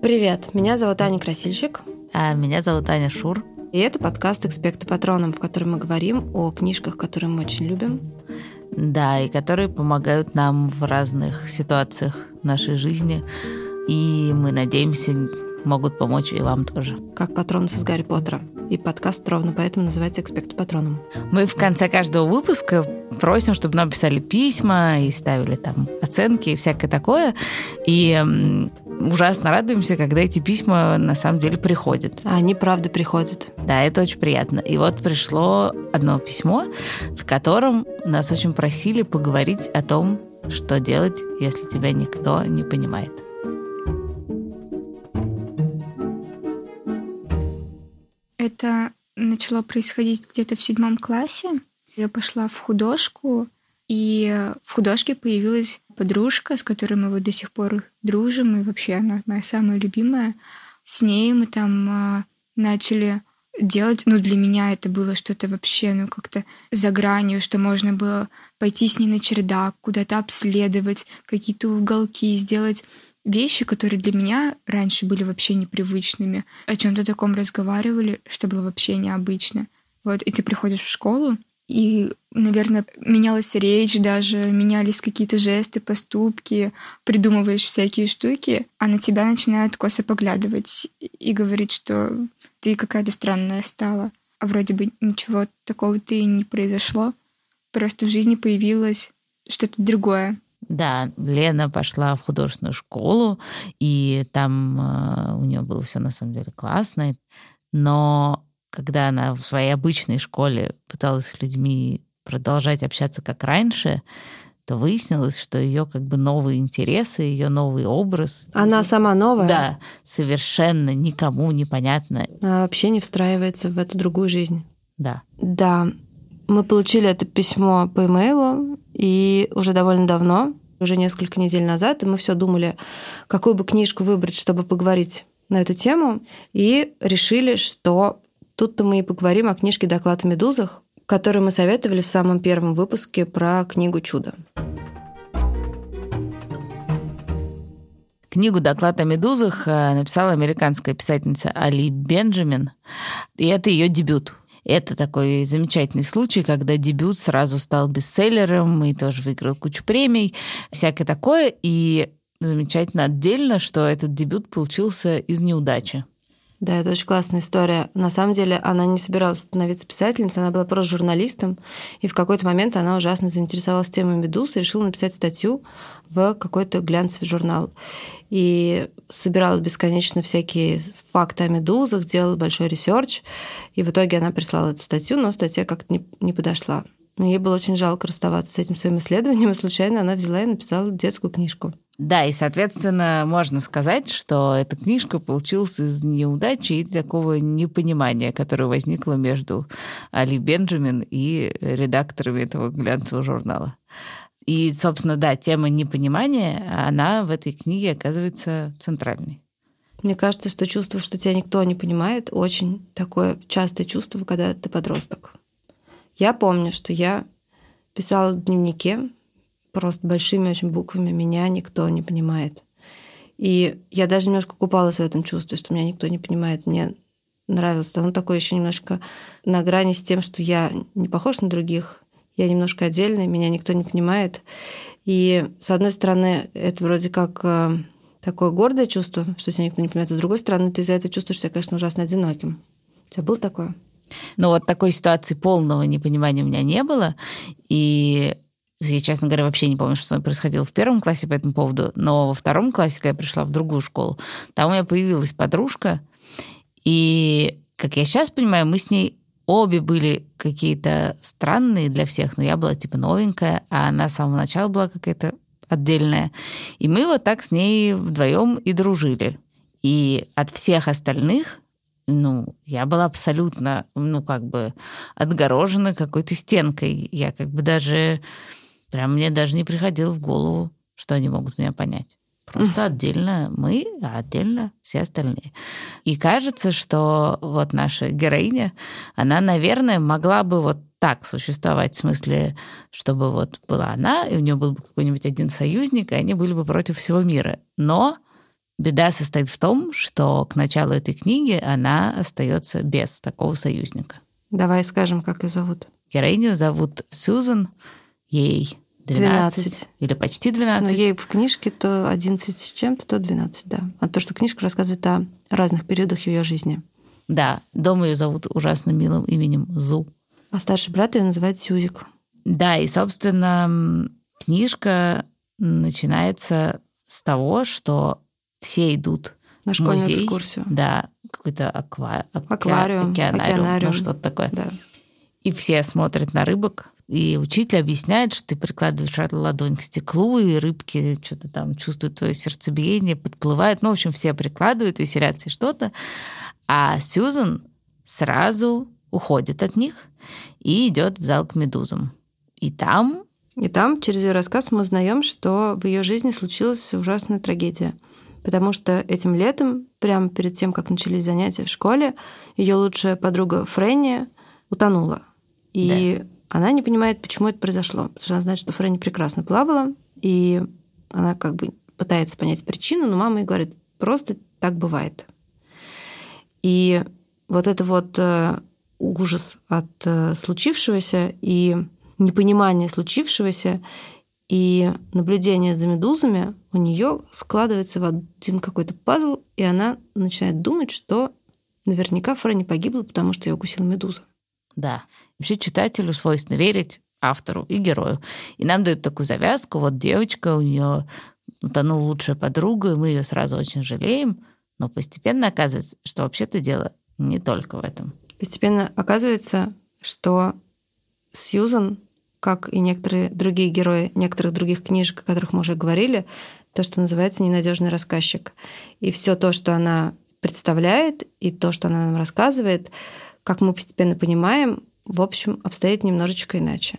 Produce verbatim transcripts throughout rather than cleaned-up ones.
Привет, меня зовут Аня Красильщик. А меня зовут Аня Шур. И это подкаст «Экспекто Патроном», в котором мы говорим о книжках, которые мы очень любим. Да, и которые помогают нам в разных ситуациях нашей жизни. И мы надеемся, могут помочь и вам тоже. Как патронус из Гарри Поттера. И подкаст ровно поэтому называется «Экспекто Патроном». Мы в конце каждого выпуска просим, чтобы нам писали письма и ставили там оценки и всякое такое. И ужасно радуемся, когда эти письма на самом деле приходят. А они правда приходят. Да, это очень приятно. И вот пришло одно письмо, в котором нас очень просили поговорить о том, что делать, если тебя никто не понимает. Это начало происходить где-то в седьмом классе. Я пошла в художку, и в художке появилась подружка, с которой мы вот до сих пор дружим, и вообще она моя самая любимая. С ней мы там а, начали делать, ну, для меня это было что-то вообще, ну, как-то за гранью, что можно было пойти с ней на чердак, куда-то обследовать, какие-то уголки, сделать вещи, которые для меня раньше были вообще непривычными. О чем-то таком разговаривали, что было вообще необычно. Вот, и ты приходишь в школу, и, наверное, менялась речь даже, менялись какие-то жесты, поступки, придумываешь всякие штуки, а на тебя начинают косо поглядывать и говорить, что ты какая-то странная стала. А вроде бы ничего такого-то и не произошло. Просто в жизни появилось что-то другое. Да, Лена пошла в художественную школу, и там э, у нее было все на самом деле классно. Но когда она в своей обычной школе пыталась с людьми продолжать общаться как раньше, то выяснилось, что ее как бы новые интересы, ее новый образ. Она сама новая? Да, совершенно никому непонятно. Она вообще не встраивается в эту другую жизнь. Да. Да. Мы получили это письмо по имейлу, и уже довольно давно, уже несколько недель назад, и мы все думали, какую бы книжку выбрать, чтобы поговорить на эту тему, и решили, что тут-то мы и поговорим о книжке «Доклад о медузах», которую мы советовали в самом первом выпуске про книгу «Чудо». Книгу «Доклад о медузах» написала американская писательница Али Бенджамин, и это ее дебют. Это такой замечательный случай, когда дебют сразу стал бестселлером и тоже выиграл кучу премий, всякое такое. И замечательно отдельно, что этот дебют получился из неудачи. Да, это очень классная история. На самом деле она не собиралась становиться писательницей, она была просто журналистом, и в какой-то момент она ужасно заинтересовалась темой медуз и решила написать статью в какой-то глянцевый журнал. И собирала бесконечно всякие факты о медузах, делала большой ресерч, и в итоге она прислала эту статью, но статья как-то не, не подошла. Но ей было очень жалко расставаться с этим своим исследованием, и случайно она взяла и написала детскую книжку. Да, и, соответственно, можно сказать, что эта книжка получилась из неудачи и такого непонимания, которое возникло между Али Бенджамин и редакторами этого глянцевого журнала. И, собственно, да, тема непонимания, она в этой книге оказывается центральной. Мне кажется, что чувство, что тебя никто не понимает, очень такое частое чувство, когда ты подросток. Я помню, что я писала в дневнике просто большими очень буквами «Меня никто не понимает». И я даже немножко купалась в этом чувстве, что меня никто не понимает. Мне нравилось. Оно такое еще немножко на грани с тем, что я не похожа на других, я немножко отдельная, меня никто не понимает. И, с одной стороны, это вроде как такое гордое чувство, что тебя никто не понимает, а с другой стороны, ты из-за этого чувствуешь себя, конечно, ужасно одиноким. У тебя было такое? Ну вот такой ситуации полного непонимания у меня не было. И я, честно говоря, вообще не помню, что со мной происходило в первом классе по этому поводу, но во втором классе, когда я пришла в другую школу, там у меня появилась подружка, и, как я сейчас понимаю, мы с ней обе были какие-то странные для всех, но я была типа новенькая, а она с самого начала была какая-то отдельная. И мы вот так с ней вдвоем и дружили. И от всех остальных, ну, я была абсолютно, ну, как бы отгорожена какой-то стенкой. Я как бы даже... Прям мне даже не приходило в голову, что они могут меня понять. Просто отдельно мы, а отдельно все остальные. И кажется, что вот наша героиня, она, наверное, могла бы вот так существовать, в смысле, чтобы вот была она, и у нее был бы какой-нибудь один союзник, и они были бы против всего мира. Но беда состоит в том, что к началу этой книги она остается без такого союзника. Давай скажем, как ее зовут. Героиню зовут Сьюзан, ей двенадцать, двенадцать. Или почти двенадцать. Но ей в книжке то одиннадцать с чем-то, то двенадцать, да. А то, что книжка рассказывает о разных периодах ее жизни. Да, дома ее зовут ужасно милым именем Зу. А старший брат ее называет Сьюзик. Да, и, собственно, книжка начинается с того, что все идут на в школьную музей. экскурсию. Да, какой-то аква... аквариум, океанариум, океанариум. Ну, что-то такое. Да. И все смотрят на рыбок, и учитель объясняет, что ты прикладываешь ладонь к стеклу, и рыбки что-то там чувствуют твое сердцебиение, подплывают. Ну, в общем, все прикладывают, веселятся и что-то. А Сьюзан сразу уходит от них и идет в зал к медузам. И там... И там, через ее рассказ, мы узнаем, что в ее жизни случилась ужасная трагедия. Потому что этим летом, прямо перед тем, как начались занятия в школе, ее лучшая подруга Фрэнни утонула. И да. Она не понимает, почему это произошло. Потому что она знает, что Фрэнни прекрасно плавала, и она как бы пытается понять причину, но мама ей говорит, просто так бывает. И вот это вот ужас от случившегося и непонимание случившегося и наблюдение за медузами у нее складывается в один какой-то пазл, и она начинает думать, что наверняка Фрэнни погибла, потому что ее укусила медуза. Да. Вообще читателю свойственно верить автору и герою. И нам дают такую завязку. Вот девочка, у нее утонула лучшая подруга, и мы ее сразу очень жалеем. Но постепенно оказывается, что вообще-то дело не только в этом. Постепенно оказывается, что Сьюзан, как и некоторые другие герои некоторых других книжек, о которых мы уже говорили, то, что называется ненадежный рассказчик. И все то, что она представляет, и то, что она нам рассказывает, как мы постепенно понимаем, в общем, обстоит немножечко иначе.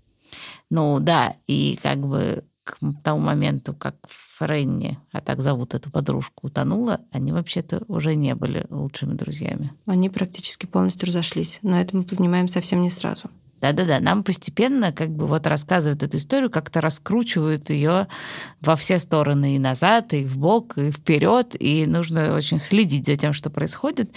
Ну да, и как бы к тому моменту, как Фрэнни, а так зовут эту подружку, утонула, они вообще-то уже не были лучшими друзьями. Они практически полностью разошлись, но это мы понимаем совсем не сразу. Да-да-да, нам постепенно как бы вот рассказывают эту историю, как-то раскручивают ее во все стороны, и назад, и вбок, и вперед, и нужно очень следить за тем, что происходит.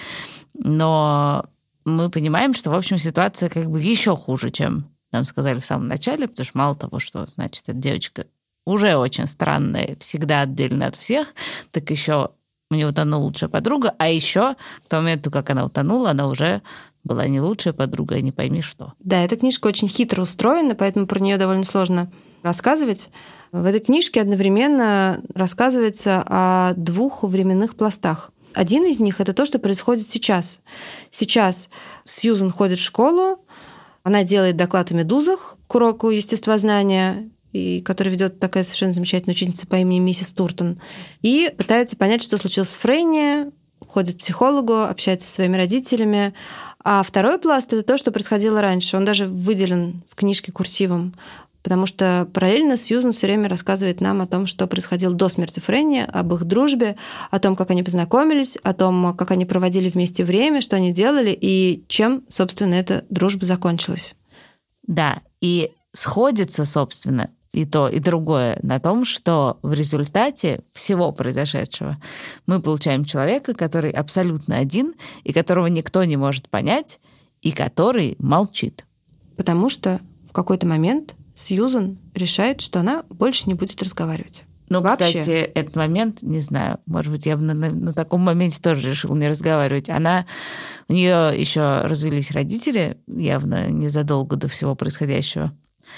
Но мы понимаем, что, в общем, ситуация как бы еще хуже, чем нам сказали в самом начале, потому что мало того, что, значит, эта девочка уже очень странная, всегда отдельно от всех, так еще у нее утонула лучшая подруга, а еще к тому моменту, как она утонула, она уже была не лучшая подруга, и не пойми что. Да, эта книжка очень хитро устроена, поэтому про нее довольно сложно рассказывать. В этой книжке одновременно рассказывается о двух временных пластах. Один из них — это то, что происходит сейчас. Сейчас Сьюзан ходит в школу, она делает доклад о медузах к уроку естествознания, и который ведет такая совершенно замечательная ученица по имени миссис Туртон, и пытается понять, что случилось с Фрэнни, ходит к психологу, общается со своими родителями. А второй пласт — это то, что происходило раньше. Он даже выделен в книжке курсивом, потому что параллельно Сьюзан все время рассказывает нам о том, что происходило до смерти Фрэнни, об их дружбе, о том, как они познакомились, о том, как они проводили вместе время, что они делали и чем, собственно, эта дружба закончилась. Да, и сходится, собственно, и то, и другое на том, что в результате всего произошедшего мы получаем человека, который абсолютно один, и которого никто не может понять, и который молчит. Потому что в какой-то момент Сьюзан решает, что она больше не будет разговаривать. Ну, Вообще. кстати, этот момент, не знаю, может быть, я бы на, на, на таком моменте тоже решила не разговаривать. Она, у нее еще развелись родители, явно незадолго до всего происходящего.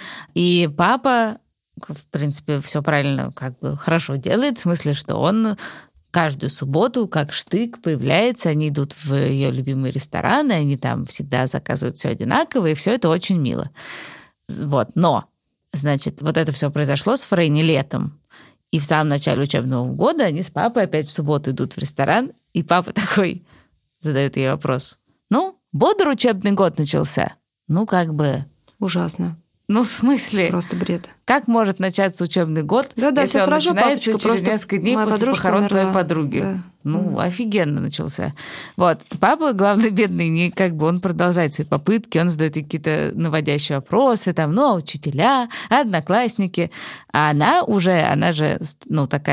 И папа, в принципе, все правильно, как бы хорошо делает, в смысле, что он каждую субботу, как штык, появляется, они идут в ее любимые рестораны, они там всегда заказывают все одинаково, и все это очень мило. Вот, но, значит, вот это все произошло с Фрэнни летом, и в самом начале учебного года они с папой опять в субботу идут в ресторан, и папа такой задает ей вопрос: ну, бодр учебный год начался? Ну, как бы... Ужасно. Ну, в смысле? Просто бред. Как может начаться учебный год, да, да, если он хорошо, начинается папочка, через несколько дней после похорон умерла. твоей подруги? Да. Ну, mm. офигенно начался. Вот. Папа, главный бедный, не, как бы он продолжает свои попытки, он задает какие-то наводящие вопросы, там, ну, учителя, одноклассники. А она уже, она же, ну, такая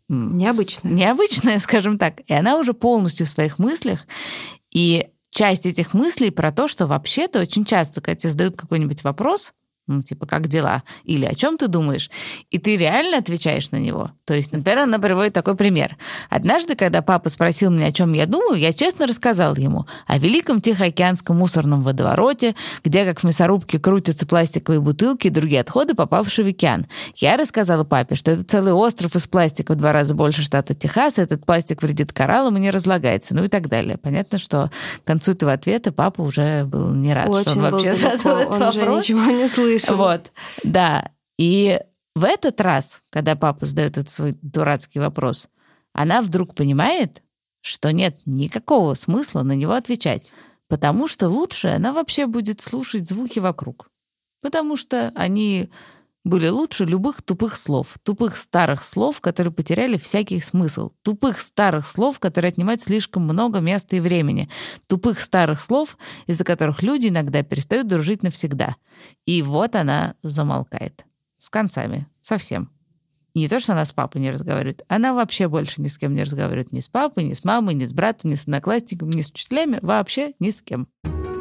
Необычная. Необычная, скажем так. И она уже полностью в своих мыслях. И часть этих мыслей про то, что вообще-то очень часто, когда тебе задают какой-нибудь вопрос, ну, типа, как дела? Или о чем ты думаешь? И ты реально отвечаешь на него. То есть, например, она приводит такой пример. Однажды, когда папа спросил меня, о чем я думаю, я честно рассказал ему о великом Тихоокеанском мусорном водовороте, где, как в мясорубке, крутятся пластиковые бутылки и другие отходы, попавшие в океан. Я рассказала папе, что это целый остров из пластика в два раза больше штата Техас, этот пластик вредит кораллам и не разлагается, ну и так далее. Понятно, что к концу этого ответа папа уже был не рад, Очень что он вообще задал этот он вопрос. уже ничего не слышал. Вот, да. И в этот раз, когда папа задает этот свой дурацкий вопрос, она вдруг понимает, что нет никакого смысла на него отвечать, потому что лучше она вообще будет слушать звуки вокруг. Потому что они были лучше любых тупых слов, тупых старых слов, которые потеряли всякий смысл, тупых старых слов, которые отнимают слишком много места и времени, тупых старых слов, из-за которых люди иногда перестают дружить навсегда. И вот она замолкает. С концами. Совсем. И не то, что она с папой не разговаривает, она вообще больше ни с кем не разговаривает. Ни с папой, ни с мамой, ни с братом, ни с одноклассником, ни с учителями, вообще ни с кем.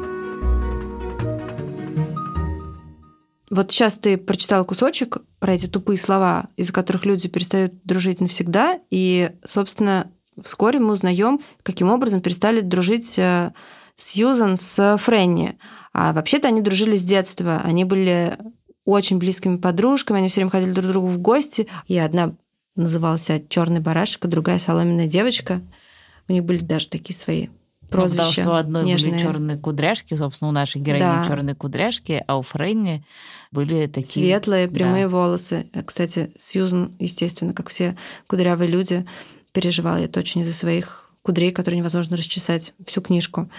Вот сейчас ты прочитал кусочек про эти тупые слова, из-за которых люди перестают дружить навсегда, и, собственно, вскоре мы узнаем, каким образом перестали дружить Сьюзан с Фрэнни. А вообще-то они дружили с детства, они были очень близкими подружками, они все время ходили друг к другу в гости, и одна называлась «Черный барашек», а другая «Соломенная девочка». У них были даже такие свои прозвища. Ну, потому что у одной нежные. были черные кудряшки, собственно, у нашей героини Да. черные кудряшки, а у Фрэнни были такие... Светлые, прямые да. волосы. Кстати, Сьюзан, естественно, как все кудрявые люди, переживала это очень из-за своих кудрей, которые невозможно расчесать всю книжку.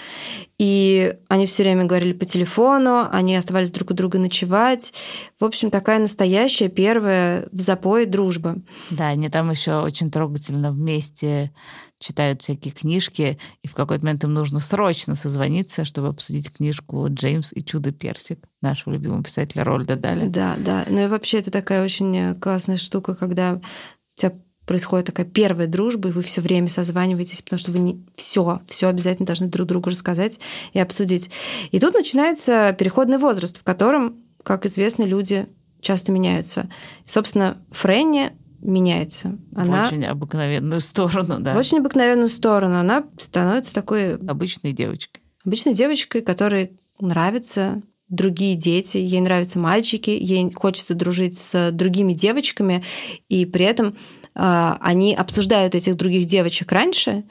И они все время говорили по телефону, они оставались друг у друга ночевать. В общем, такая настоящая первая в запое дружба. Да, они там еще очень трогательно вместе читают всякие книжки, и в какой-то момент им нужно срочно созвониться, чтобы обсудить книжку «Джеймс и чудо-персик» нашего любимого писателя Рольда Даля. Да, да. Ну и вообще это такая очень классная штука, когда у тебя происходит такая первая дружба, и вы все время созваниваетесь, потому что вы не все, все обязательно должны друг другу рассказать и обсудить. И тут начинается переходный возраст, в котором, как известно, люди часто меняются. И, собственно, Фрэнни меняется. Она... В очень обыкновенную сторону, да. В очень обыкновенную сторону. Она становится такой... Обычной девочкой. Обычной девочкой, которой нравятся другие дети, ей нравятся мальчики, ей хочется дружить с другими девочками, и при этом э, они обсуждают этих других девочек раньше,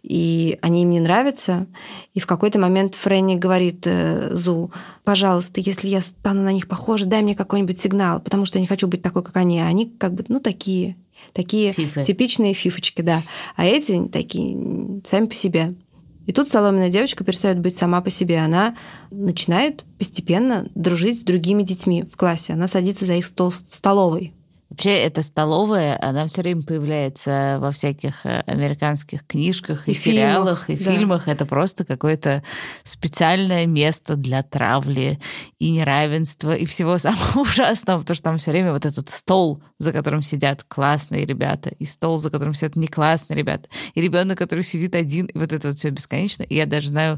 и они им не нравятся. И в какой-то момент Фрэнни говорит э, Зу: пожалуйста, если я стану на них похожа, дай мне какой-нибудь сигнал, потому что я не хочу быть такой, как они. А они как бы, ну, такие, такие Фифы. Типичные фифочки, да. А эти такие сами по себе. И тут соломенная девочка перестает быть сама по себе. Она начинает постепенно дружить с другими детьми в классе. Она садится за их стол в столовой. Вообще, эта столовая, она все время появляется во всяких американских книжках и, И сериалах, фильмах, и да. фильмах. Это просто какое-то специальное место для травли и неравенства, и всего самого ужасного, потому что там все время вот этот стол, за которым сидят классные ребята, и стол, за которым сидят не классные ребята, и ребенок, который сидит один, и вот это вот все бесконечно. И я даже знаю,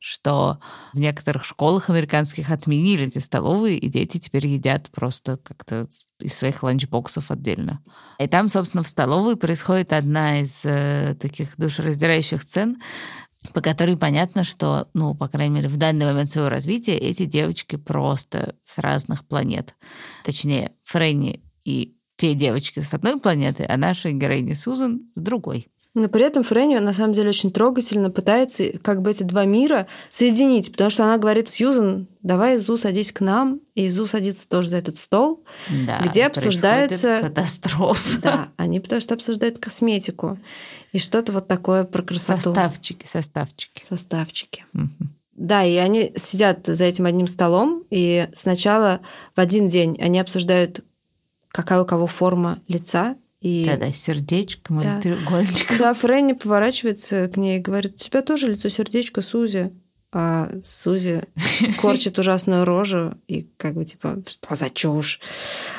что в некоторых школах американских отменили эти столовые, и дети теперь едят просто как-то из своих ланчбоксов отдельно. И там, собственно, в столовой происходит одна из э, таких душераздирающих сцен, по которой понятно, что, ну, по крайней мере, в данный момент своего развития эти девочки просто с разных планет. Точнее, Фрэнни и те девочки с одной планеты, а наша героиня Сьюзан с другой. Но при этом Фрэнни, на самом деле, очень трогательно пытается как бы эти два мира соединить, потому что она говорит: Сьюзан, давай, Зу, садись к нам. И Зу садится тоже за этот стол, Да, где обсуждается... катастрофа. Да, они потому что обсуждают косметику и что-то вот такое про красоту. Составчики, составчики. Составчики. Угу. Да, и они сидят за этим одним столом, и сначала в один день они обсуждают, какая у кого форма лица. И... Да-да, сердечком Да. или треугольником. Да, Фрэнни поворачивается к ней и говорит: у тебя тоже лицо сердечко, Сузи. А Сузи корчит ужасную рожу и как бы типа: что за чушь?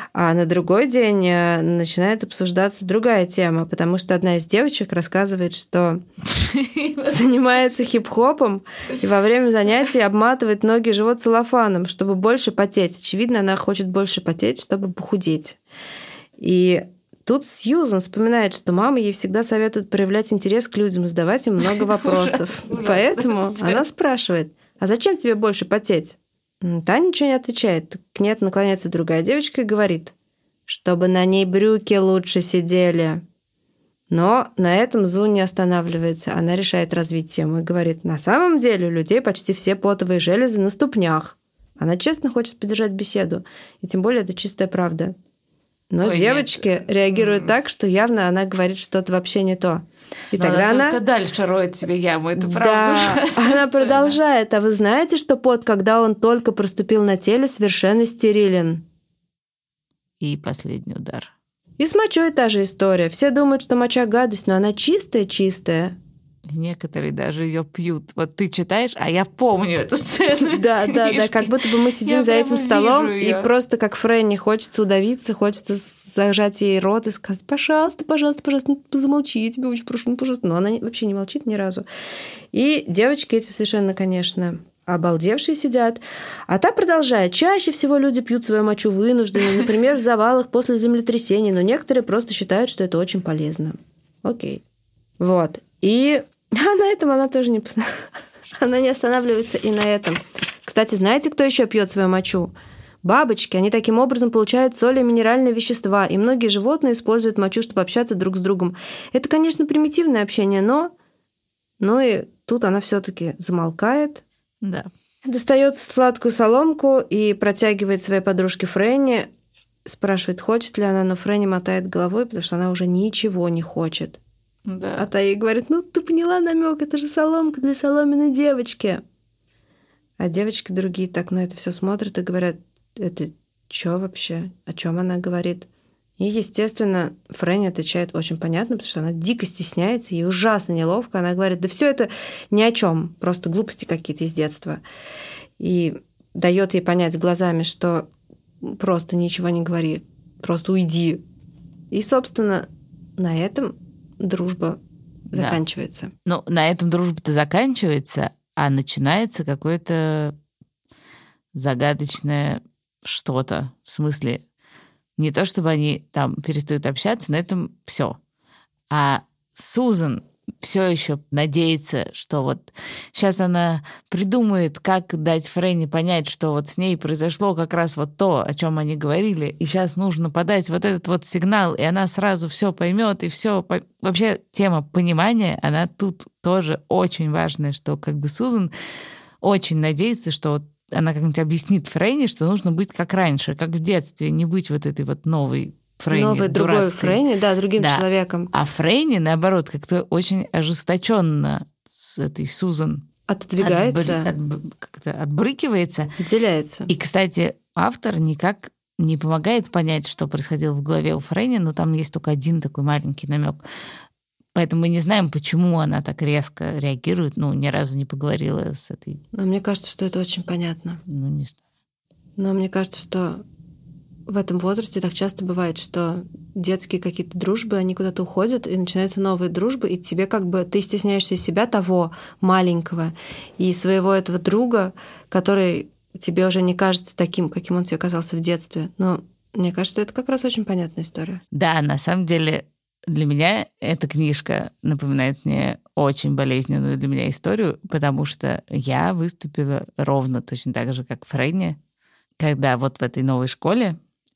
А на другой день начинает обсуждаться другая тема, потому что одна из девочек рассказывает, что занимается хип-хопом и во время занятий обматывает ноги и живот целлофаном, чтобы больше потеть. Очевидно, она хочет больше потеть, чтобы похудеть. И тут Сьюзан вспоминает, что мама ей всегда советует проявлять интерес к людям, задавать им много вопросов. Поэтому она спрашивает: «А зачем тебе больше потеть?» Та ничего не отвечает. К ней наклоняется другая девочка и говорит: «Чтобы на ней брюки лучше сидели». Но на этом Зу не останавливается. Она решает развить тему и говорит: «На самом деле у людей почти все потовые железы на ступнях». Она честно хочет поддержать беседу. И тем более это чистая правда. Но Ой, девочки нет. реагируют так, что явно она говорит что-то вообще не то. И Но тогда она, она только дальше роет себе яму, это правда. Да, она продолжает. А вы знаете, что пот, когда он только проступил на теле, совершенно стерилен? И последний удар. И с мочой та же история. Все думают, что моча гадость, но она чистая-чистая. Некоторые даже ее пьют. Вот ты читаешь, а я помню эту сцену. Да, да, да, как будто бы мы сидим за этим столом, и просто как Фрэнни хочется удавиться, хочется зажать ей рот и сказать: пожалуйста, пожалуйста, пожалуйста, ну, замолчи, я тебя очень прошу, ну, пожалуйста. Но она вообще не молчит ни разу. И девочки эти совершенно, конечно, обалдевшие сидят. А та продолжает. Чаще всего люди пьют свою мочу вынужденно, например, в завалах после землетрясений, но некоторые просто считают, что это очень полезно. Окей. Вот. И а на этом она тоже не... Она не останавливается и на этом. Кстати, знаете, кто еще пьет свою мочу? Бабочки. Они таким образом получают соли и минеральные вещества, и многие животные используют мочу, чтобы общаться друг с другом. Это, конечно, примитивное общение, но... Ну и тут она все-таки замолкает. Да. Достает сладкую соломку и протягивает своей подружке Фрэнни. Спрашивает, хочет ли она, но Фрэнни мотает головой, потому что она уже ничего не хочет. Да. А та ей говорит: ну, ты поняла намек, это же соломка для соломенной девочки. А девочки другие так на это все смотрят и говорят: это что вообще? О чем она говорит? И, естественно, Фрэнни отвечает очень понятно, потому что она дико стесняется, ей ужасно неловко. Она говорит: да все это ни о чем, просто глупости какие-то из детства. И дает ей понять глазами, что просто ничего не говори, просто уйди. И, собственно, на этом дружба Да. заканчивается. Ну, на этом дружба-то заканчивается, а начинается какое-то загадочное что-то. В смысле, не то чтобы они там перестают общаться, на этом все. А Сьюзан все еще надеется, что вот сейчас она придумает, как дать Фрэнни понять, что вот с ней произошло как раз вот то, о чем они говорили, и сейчас нужно подать вот этот вот сигнал, и она сразу все поймет, и все. По... Вообще тема понимания, она тут тоже очень важная, что как бы Сьюзан очень надеется, что вот она как-нибудь объяснит Фрэнни, что нужно быть как раньше, как в детстве, не быть вот этой вот новой Фрэнни, Новый другой дурацкой. Фрэнни, да, другим Да. человеком. А Фрэнни, наоборот, как-то очень ожесточенно с этой Сьюзан Отодвигается, отбры- отб- как-то отбрыкивается. отделяется. И, кстати, автор никак не помогает понять, что происходило в голове у Фрэнни, но там есть только один такой маленький намек. Поэтому мы не знаем, почему она так резко реагирует. Ну, ни разу не поговорила с этой... Но мне кажется, что это очень понятно. Ну, не знаю. Но мне кажется, что в этом возрасте так часто бывает, что детские какие-то дружбы, они куда-то уходят, и начинаются новые дружбы, и тебе как бы ты стесняешься себя того маленького и своего этого друга, который тебе уже не кажется таким, каким он тебе казался в детстве. Но мне кажется, это как раз очень понятная история. Да, на самом деле для меня эта книжка напоминает мне очень болезненную для меня историю, потому что я выступила ровно точно так же, как Фрэнни, когда вот в этой новой школе,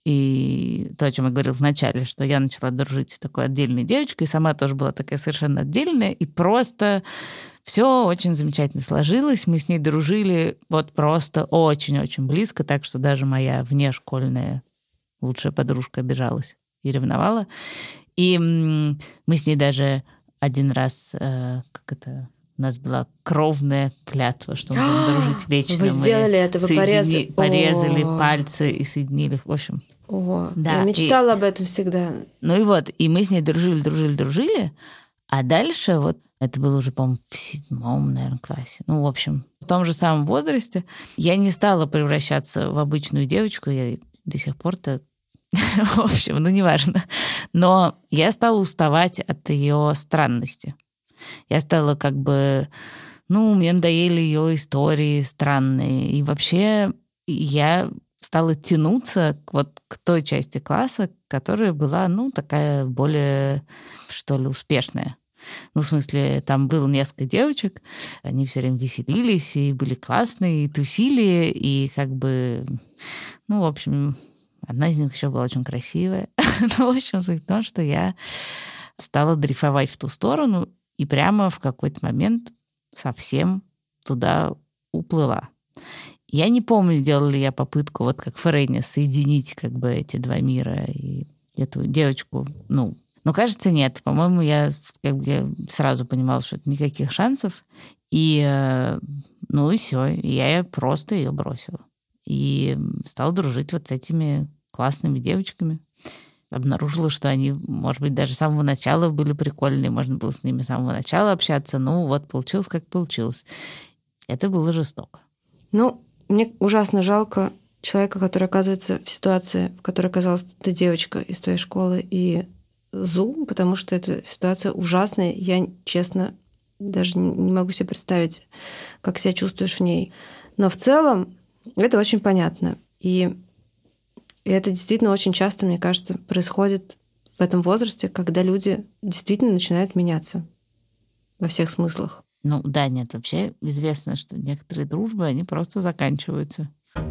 и то, о чем я говорила в начале, что я начала дружить с такой отдельной девочкой, сама тоже была такая совершенно отдельная, и просто все очень замечательно сложилось. Мы с ней дружили вот просто очень-очень близко, так что даже моя внешкольная лучшая подружка обижалась и ревновала. И мы с ней даже один раз, как это... У нас была кровная клятва, что мы будем дружить вечно. Вы сделали мы это, вы соедини... порез... порезали О. пальцы и соединили их. В общем, О, да, я мечтала и... об этом всегда. Ну и вот, и мы с ней дружили, дружили, дружили. А дальше вот, это было уже, по-моему, в седьмом, наверное, классе. Ну, в общем, в том же самом возрасте я не стала превращаться в обычную девочку. Я до сих пор-то В общем, ну, неважно. Но я стала уставать от ее странности. Я стала как бы... Ну, мне надоели ее истории странные. И вообще я стала тянуться к, вот, к той части класса, которая была, ну, такая более, что ли, успешная. Ну, в смысле, там было несколько девочек, они все время веселились, и были классные, и тусили, и как бы... Ну, в общем... Одна из них еще была очень красивая. Ну, в общем, суть в том, что я стала дрейфовать в ту сторону и прямо в какой-то момент совсем туда уплыла. Я не помню, делала ли я попытку, вот как Фрейни, соединить как бы эти два мира и эту девочку. Ну, но кажется, нет. По-моему, я, как бы, я сразу понимала, что это никаких шансов. И, ну и все. Я просто ее бросила. И стала дружить вот с этими классными девочками. Обнаружила, что они, может быть, даже с самого начала были прикольные, можно было с ними с самого начала общаться. Ну, вот получилось, как получилось. Это было жестоко. Ну, мне ужасно жалко человека, который оказывается в ситуации, в которой оказалась эта девочка из твоей школы и ЗУ, потому что эта ситуация ужасная. Я, честно, даже не могу себе представить, как себя чувствуешь в ней. Но в целом это очень понятно. И это действительно очень часто, мне кажется, происходит в этом возрасте, когда люди действительно начинают меняться во всех смыслах. Ну да, нет, вообще известно, что некоторые дружбы, они просто заканчиваются.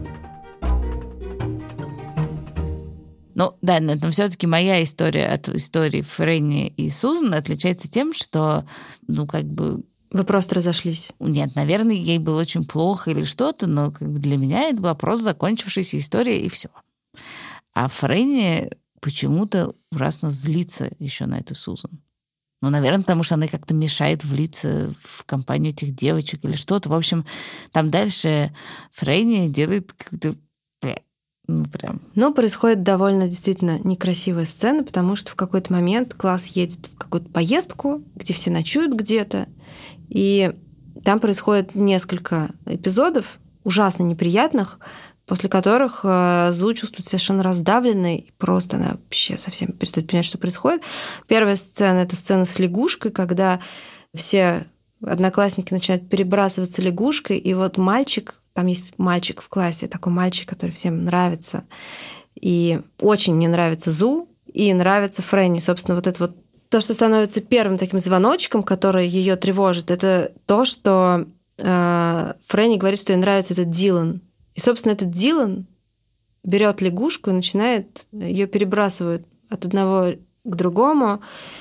Ну да, но все-таки моя история от истории Фрейни и Сузан отличается тем, что, ну как бы... Вы просто разошлись? Нет, наверное, ей было очень плохо или что-то, но как бы для меня это была просто закончившаяся история, и все. А Фрейни почему-то ужасно злится еще на эту Сузан. Ну, наверное, потому что она как-то мешает влиться в компанию этих девочек или что-то. В общем, там дальше Фрейни делает как-то... Ну, прям. Но происходит довольно действительно некрасивая сцена, потому что в какой-то момент класс едет в какую-то поездку, где все ночуют где-то, и там происходит несколько эпизодов ужасно неприятных, после которых Зу чувствует себя совершенно раздавленной, и просто она вообще совсем перестает понимать, что происходит. Первая сцена — это сцена с лягушкой, когда все одноклассники начинают перебрасываться лягушкой, и вот мальчик, там есть мальчик в классе, такой мальчик, который всем нравится, и очень не нравится Зу, и нравится Фрейни. Собственно, вот это вот то, что становится первым таким звоночком, который ее тревожит, это то, что э, Фрейни говорит, что ей нравится этот Дилан. И, собственно, этот Дилан берет лягушку и начинает ее перебрасывать от одного к другому.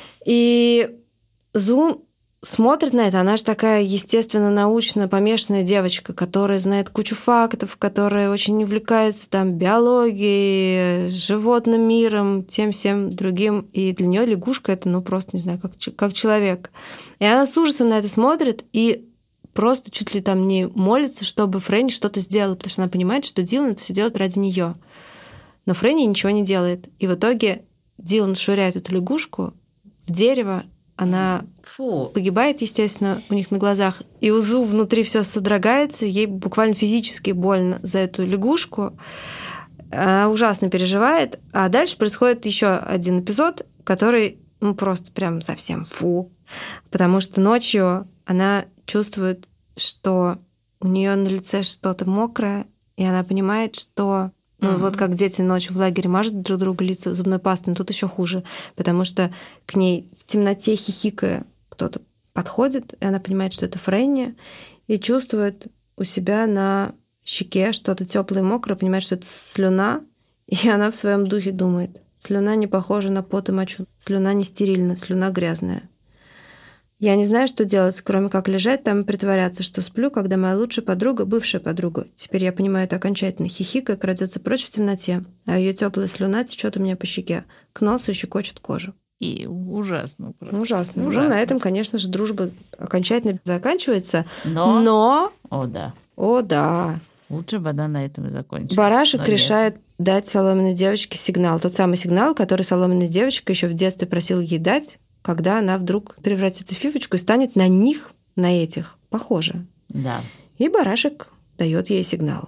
И Зу смотрит на это, она же такая, естественно, научно помешанная девочка, которая знает кучу фактов, которая очень увлекается там биологией, животным миром, тем всем другим. И для нее лягушка — это, ну, просто, не знаю, как, как человек. И она с ужасом на это смотрит и просто чуть ли там не молится, чтобы Фрейни что-то сделала, потому что она понимает, что Дилан это все делает ради нее. Но Фрейни ничего не делает. И в итоге Дилан швыряет эту лягушку в дерево, она Фу. погибает, естественно, у них на глазах. И у Зу внутри все содрогается, ей буквально физически больно за эту лягушку. Она ужасно переживает. А дальше происходит еще один эпизод, который, ну, просто прям совсем фу. Потому что ночью она чувствует, что у нее на лице что-то мокрое, и она понимает, что ну, mm-hmm. вот как дети ночью в лагере мажут друг другу лица зубной пастой, но тут еще хуже, потому что к ней в темноте хихикая кто-то подходит, и она понимает, что это Фрейни, и чувствует у себя на щеке что-то теплое и мокрое, понимает, что это слюна, и она в своем духе думает: слюна не похожа на пот и мочу, слюна не стерильна, слюна грязная. Я не знаю, что делать, кроме как лежать там и притворяться, что сплю, когда моя лучшая подруга — бывшая подруга. Теперь я понимаю это окончательно. Хихикая крадется прочь в темноте, а ее теплая слюна течет у меня по щеке, к носу и щекочет кожу. И ужасно. Просто. Ужасно. ужасно. Ну, на этом, конечно же, дружба окончательно заканчивается. Но... Но... О, да. О, да. Лучше бы она на этом и закончилась. Барашек решает дать соломенной девочке сигнал. Тот самый сигнал, который соломенная девочка еще в детстве просила ей дать, когда она вдруг превратится в фифочку и станет на них, на этих, похожа. Да. И барашек дает ей сигнал.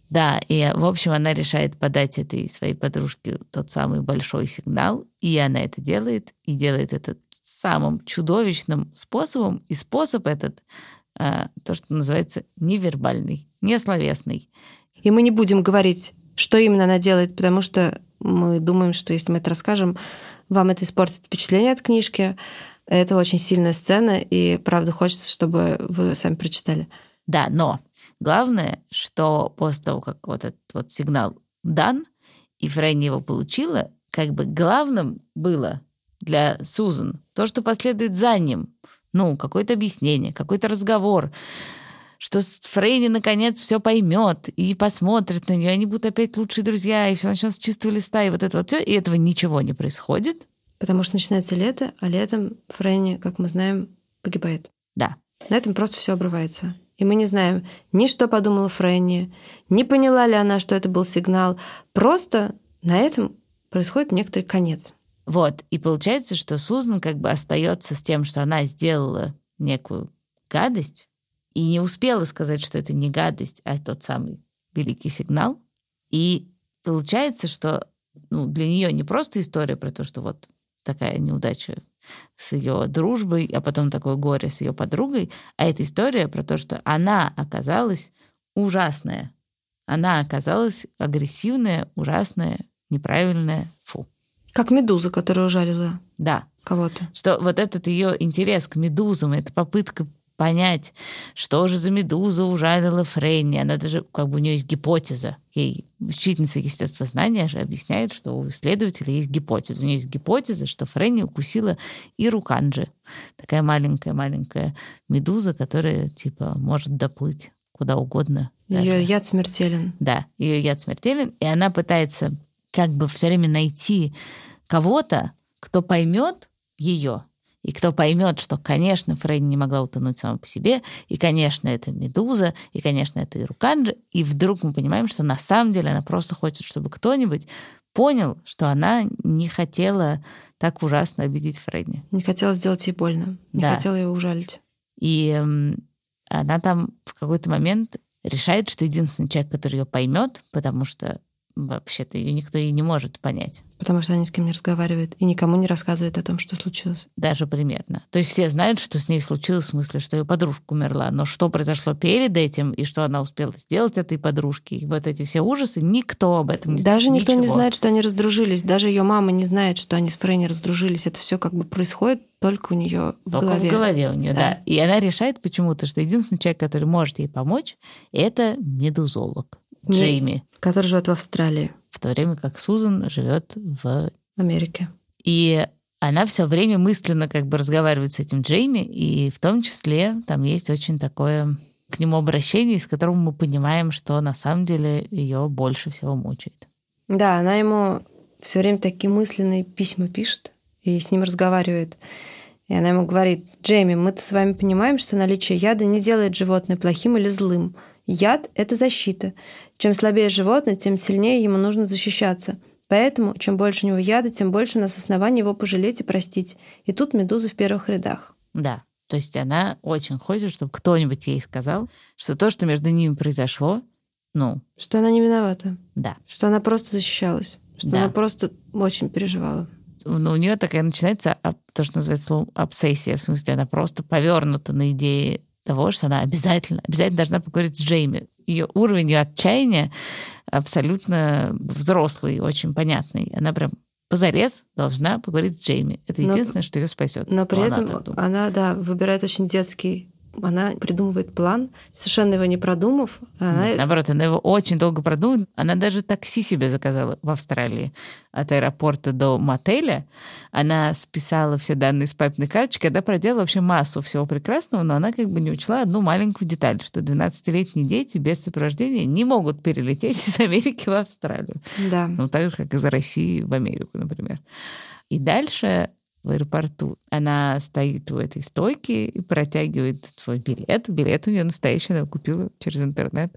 Да, и, в общем, она решает подать этой своей подружке тот самый большой сигнал, и она это делает, и делает это самым чудовищным способом, и способ этот а, то, что называется невербальный, несловесный. И мы не будем говорить, что именно она делает, потому что мы думаем, что если мы это расскажем, вам это испортит впечатление от книжки. Это очень сильная сцена, и правда хочется, чтобы вы сами прочитали. Да, но главное, что после того, как вот этот вот сигнал дан, и Фрэнни его получила, как бы главным было для Сузан то, что последует за ним. Ну, какое-то объяснение, какой-то разговор, что Фрэнни наконец все поймет и посмотрит на нее, они будут опять лучшие друзья, и все начнется с чистого листа, и вот это вот все, и этого ничего не происходит. Потому что начинается лето, а летом Фрэнни, как мы знаем, погибает. Да. На этом просто все обрывается. И мы не знаем ни что подумала Фрэнни, не поняла ли она, что это был сигнал. Просто на этом происходит некоторый конец. Вот. И получается, что Сузан как бы остается с тем, что она сделала некую гадость и не успела сказать, что это не гадость, а тот самый великий сигнал. И получается, что ну, для нее не просто история про то, что вот такая неудача с ее дружбой, а потом такое горе с ее подругой, а это история про то, что она оказалась ужасная. Она оказалась агрессивная, ужасная, неправильная. Фу. Как медуза, которая ужалила да. кого-то. Что вот этот ее интерес к медузам, это попытка понять, что же за медуза ужалила Фрэнни. Она даже, как бы у нее есть гипотеза. Ей учительница естествознания же объясняет, что у исследователя есть гипотеза. У нее есть гипотеза, что Фрэнни укусила ируканджи. Такая маленькая-маленькая медуза, которая, типа, может доплыть куда угодно. Ее яд смертелен. Да, ее яд смертелен, и она пытается как бы все время найти кого-то, кто поймет ее, и кто поймет, что, конечно, Фрэнни не могла утонуть сама по себе, и, конечно, это медуза, и, конечно, это ируканджи, и вдруг мы понимаем, что на самом деле она просто хочет, чтобы кто-нибудь понял, что она не хотела так ужасно обидеть Фрэнни. Не хотела сделать ей больно, не да. хотела ее ужалить. И м, она там в какой-то момент решает, что единственный человек, который ее поймет, потому что вообще-то ее никто и не может понять. Потому что она ни с кем не разговаривает и никому не рассказывает о том, что случилось. Даже примерно. То есть все знают, что с ней случилось, в смысле, что ее подружка умерла. Но что произошло перед этим, и что она успела сделать этой подружке, и вот эти все ужасы, никто об этом не знает. Даже никто ничего. не знает, что они раздружились. Даже ее мама не знает, что они с Фрэнни раздружились. Это все как бы происходит только у нее в только голове. в голове у нее, да. да. И она решает почему-то, что единственный человек, который может ей помочь, это медузолог Джейми. Который живет в Австралии. В то время как Сузан живет в Америке. И она все время мысленно как бы разговаривает с этим Джейми, и в том числе там есть очень такое к нему обращение, из которого мы понимаем, что на самом деле ее больше всего мучает. Да, она ему все время такие мысленные письма пишет и с ним разговаривает. И она ему говорит: Джейми, мы-то с вами понимаем, что наличие яда не делает животное плохим или злым. Яд – это защита. Чем слабее животное, тем сильнее ему нужно защищаться. Поэтому, чем больше у него яда, тем больше у нас оснований его пожалеть и простить. И тут медуза в первых рядах. Да, то есть она очень хочет, чтобы кто-нибудь ей сказал, что то, что между ними произошло, ну... Что она не виновата. Да. Что она просто защищалась. Что да. она просто очень переживала. Но у нее такая начинается то, что называется словом обсессия. В смысле, она просто повернута на идее того, что она обязательно, обязательно должна поговорить с Джейми. Ее уровень ее отчаяния абсолютно взрослый, очень понятный. Она прям позарез должна поговорить с Джейми. Это единственное, но, что ее спасет. Но при этом она, она, да, выбирает очень детский. Она придумывает план, совершенно его не продумав. Она... Нет, наоборот, она его очень долго продумывает. Она даже такси себе заказала в Австралии от аэропорта до мотеля. Она списала все данные с папиной карточки, она проделала вообще массу всего прекрасного, но она как бы не учла одну маленькую деталь, что двенадцатилетние дети без сопровождения не могут перелететь из Америки в Австралию. Да. Ну, так же, как из России в Америку, например. И дальше... в аэропорту. Она стоит у этой стойки и протягивает свой билет. Билет у нее настоящий, она его купила через интернет.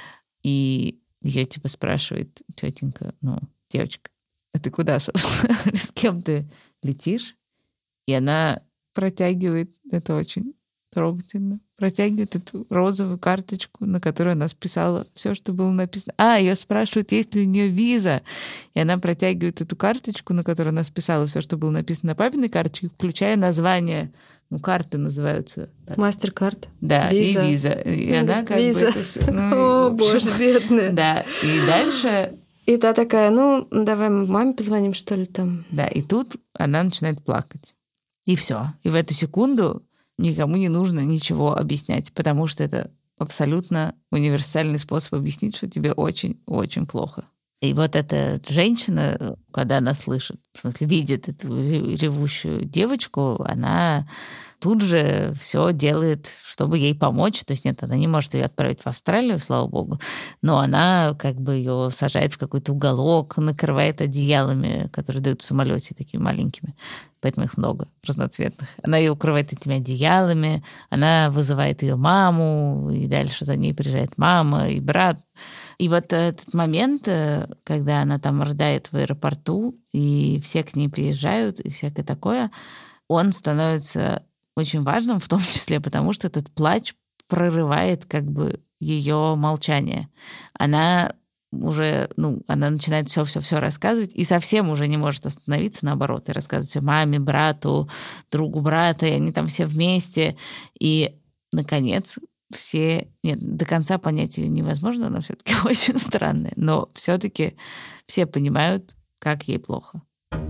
И ее типа спрашивает тетенька: ну, девочка, а ты куда, собственно? С кем ты летишь? И она протягивает, это очень трогательно, протягивает эту розовую карточку, на которую она списала все, что было написано. А, ее спрашивают, есть ли у нее виза. И она протягивает эту карточку, на которую она списала все, что было написано на папиной карточке, включая название. Ну, карты называются. Мастер-карт. Да, виза. И виза. И она как виза. бы это все. Ну, О, общем, боже, бедная. Да, и дальше... И та такая, ну, давай мы маме позвоним, что ли, там. Да, и тут она начинает плакать. И все. И в эту секунду никому не нужно ничего объяснять, потому что это абсолютно универсальный способ объяснить, что тебе очень-очень плохо. И вот эта женщина, когда она слышит, в смысле, видит эту ревущую девочку, она тут же все делает, чтобы ей помочь. То есть нет, она не может ее отправить в Австралию, слава богу, но она как бы ее сажает в какой-то уголок, накрывает одеялами, которые дают в самолете, такими маленькими. Поэтому их много, разноцветных. Она ее укрывает этими одеялами, она вызывает ее маму, и дальше за ней приезжает мама и брат. И вот этот момент, когда она там рыдает в аэропорту, и все к ней приезжают, и всякое такое, он становится очень важным, в том числе потому, что этот плач прорывает как бы ее молчание. Она уже, ну, она начинает все-все-все рассказывать и совсем уже не может остановиться, наоборот, и рассказывать всё маме, брату, другу брата, и они там все вместе. И, наконец, все... Нет, до конца понять ее невозможно, она все-таки очень странная, но все-таки все понимают, как ей плохо.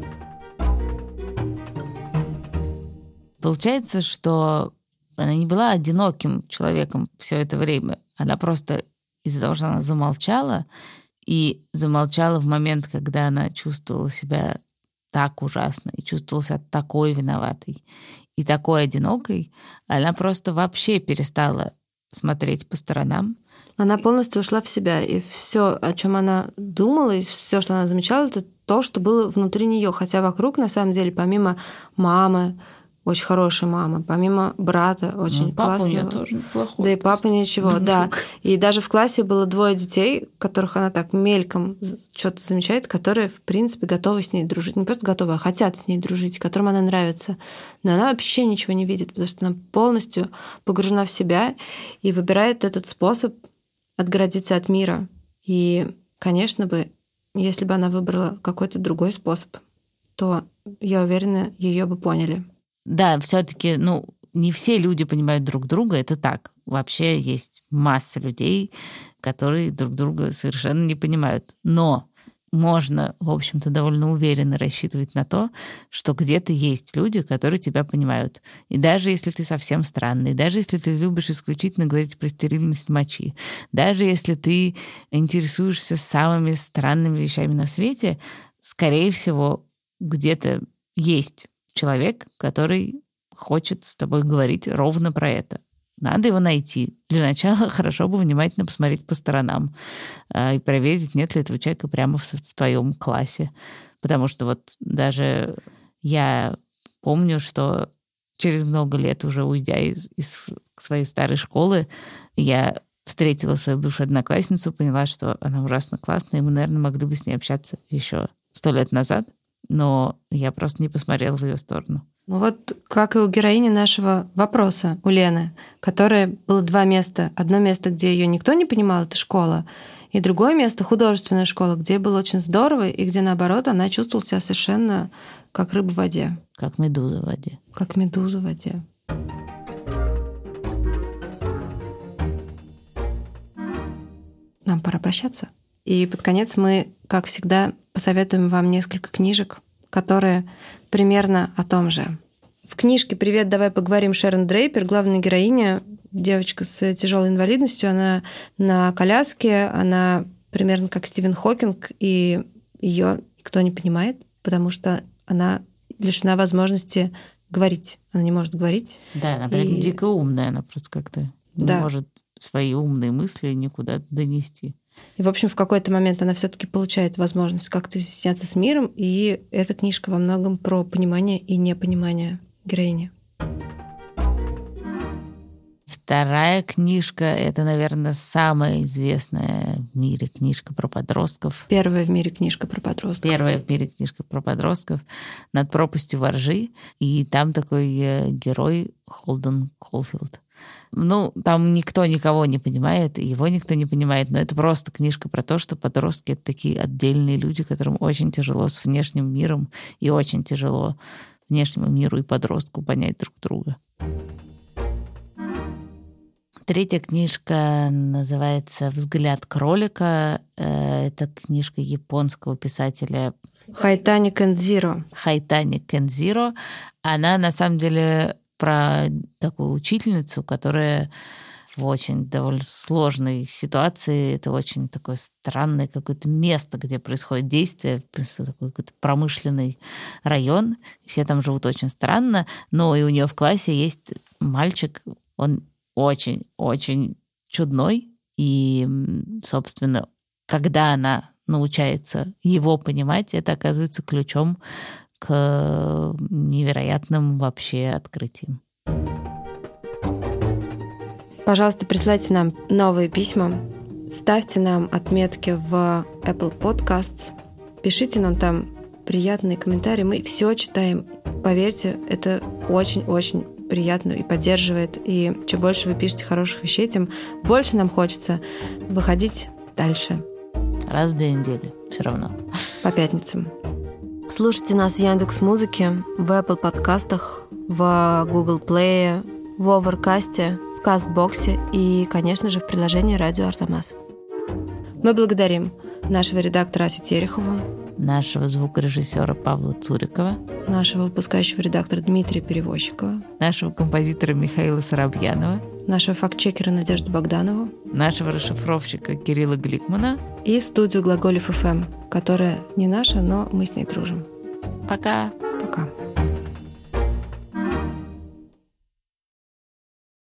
Получается, что она не была одиноким человеком все это время. Она просто из-за того, что она замолчала, и замолчала в момент, когда она чувствовала себя так ужасно, и чувствовала себя такой виноватой, и такой одинокой, она просто вообще перестала смотреть по сторонам. Она полностью ушла в себя, и все, о чем она думала, и все, что она замечала, это то, что было внутри нее. Хотя вокруг, на самом деле, помимо мамы, очень хорошая мама, помимо брата, очень ну, папа классного. у нее тоже неплохой. Да и папа ничего, да. И даже в классе было двое детей, которых она так мельком что-то замечает, которые, в принципе, готовы с ней дружить. Не просто готовы, а хотят с ней дружить, которым она нравится. Но она вообще ничего не видит, потому что она полностью погружена в себя и выбирает этот способ отгородиться от мира. И, конечно бы, если бы она выбрала какой-то другой способ, то, я уверена, ее бы поняли. Да, все-таки, ну, не все люди понимают друг друга, это так. Вообще есть масса людей, которые друг друга совершенно не понимают. Но можно, в общем-то, довольно уверенно рассчитывать на то, что где-то есть люди, которые тебя понимают. И даже если ты совсем странный, даже если ты любишь исключительно говорить про стерильность мочи, даже если ты интересуешься самыми странными вещами на свете, скорее всего, где-то есть человек, который хочет с тобой говорить ровно про это. Надо его найти. Для начала хорошо бы внимательно посмотреть по сторонам э, и проверить, нет ли этого человека прямо в, в твоем классе. Потому что вот даже я помню, что через много лет, уже уйдя из, из своей старой школы, я встретила свою бывшую одноклассницу, поняла, что она ужасно классная, и мы, наверное, могли бы с ней общаться еще сто лет назад. Но я просто не посмотрела в ее сторону. Ну вот как и у героини нашего вопроса, у Лены, которое было два места. Одно место, где ее никто не понимал, это школа, и другое место, художественная школа, где было очень здорово, и где, наоборот, она чувствовала себя совершенно как рыба в воде. Как медуза в воде. Как медуза в воде. Нам пора прощаться. И под конец мы, как всегда, посоветуем вам несколько книжек, которые примерно о том же. В книжке «Привет, давай поговорим» Шерон Дрейпер, главная героиня, девочка с тяжелой инвалидностью, она на коляске, она примерно как Стивен Хокинг, и ее никто не понимает, потому что она лишена возможности говорить. Она не может говорить. Да, она прям и... дико умная, она просто как-то да. не может свои умные мысли никуда донести. И, в общем, в какой-то момент она все-таки получает возможность как-то изъясняться с миром, и эта книжка во многом про понимание и непонимание героини. Вторая книжка — это, наверное, самая известная в мире книжка про подростков. Первая в мире книжка про подростков. Первая в мире книжка про подростков «Над пропастью воржи». И там такой герой Холден Колфилд. Ну, там никто никого не понимает, его никто не понимает, но это просто книжка про то, что подростки — это такие отдельные люди, которым очень тяжело с внешним миром, и очень тяжело внешнему миру и подростку понять друг друга. Третья книжка называется «Взгляд кролика». Это книжка японского писателя Хайтани Кензиро. Хайтани Кензиро. Она, на самом деле, про такую учительницу, которая в очень довольно сложной ситуации, это очень такое странное какое-то место, где происходит действие, такой какой-то промышленный район, все там живут очень странно, но и у нее в классе есть мальчик, он очень-очень чудной, и, собственно, когда она научается его понимать, это оказывается ключом к невероятным вообще открытиям. Пожалуйста, присылайте нам новые письма, ставьте нам отметки в Apple Podcasts, пишите нам там приятные комментарии. Мы все читаем. Поверьте, это очень-очень приятно и поддерживает. И чем больше вы пишете хороших вещей, тем больше нам хочется выходить дальше. Раз в две недели все равно. По пятницам. Слушайте нас в Яндекс.Музыке, в Apple подкастах, в Google Play, в Overcast, в Кастбоксе и, конечно же, в приложении «Радио Арзамас». Мы благодарим нашего редактора Асю Терехову, нашего звукорежиссера Павла Цурикова, нашего выпускающего редактора Дмитрия Перевозчикова, нашего композитора Михаила Соробьянова, нашего фактчекера Надежду Богданову, нашего расшифровщика Кирилла Гликмана и студию Глаголев эф эм, которая не наша, но мы с ней дружим. Пока! Пока!